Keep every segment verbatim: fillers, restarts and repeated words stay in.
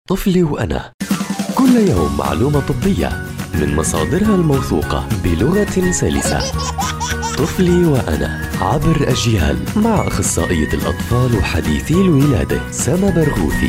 طفلي وأنا، كل يوم معلومة طبية من مصادرها الموثوقة بلغة سلسة. طفلي وأنا عبر أجيال مع أخصائية الأطفال وحديثي الولادة سما برغوثي.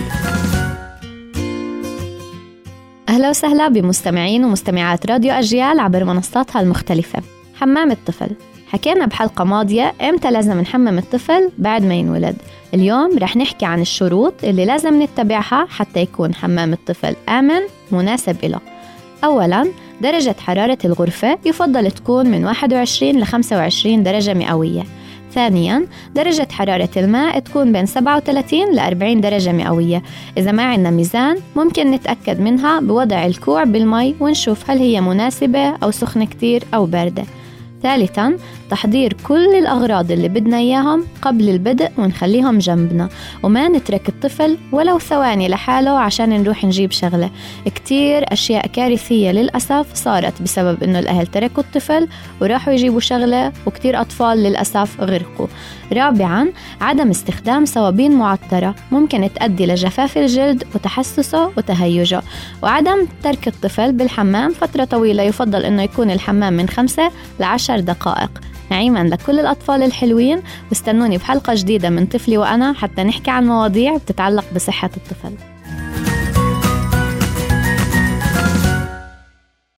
أهلا وسهلا بمستمعين ومستمعات راديو أجيال عبر منصاتها المختلفة. حمام الطفل، حكينا بحلقة ماضية إمتى لازم نحمم الطفل بعد ما ينولد. اليوم رح نحكي عن الشروط اللي لازم نتبعها حتى يكون حمام الطفل آمن مناسب له. أولاً، درجة حرارة الغرفة يفضل تكون من واحد وعشرين لخمسة وعشرين درجة مئوية. ثانياً، درجة حرارة الماء تكون بين سبعة وثلاثين لأربعين درجة مئوية. إذا ما عندنا ميزان ممكن نتأكد منها بوضع الكوع بالمي ونشوف هل هي مناسبة أو سخنة كتير أو باردة. ثالثاً، تحضير كل الأغراض اللي بدنا إياهم قبل البدء ونخليهم جنبنا، وما نترك الطفل ولو ثواني لحاله عشان نروح نجيب شغلة. كتير أشياء كارثية للأسف صارت بسبب إنه الأهل تركوا الطفل وراحوا يجيبوا شغلة، وكتير أطفال للأسف غرقوا. رابعاً، عدم استخدام صوابين معطرة ممكن تؤدي لجفاف الجلد وتحسسه وتهيجه. وعدم ترك الطفل بالحمام فترة طويلة، يفضل إنه يكون الحمام من خمسة لعشر دقائق. نعيما لكل الأطفال الحلوين، واستنوني بحلقة جديدة من طفلي وأنا حتى نحكي عن مواضيع بتتعلق بصحة الطفل.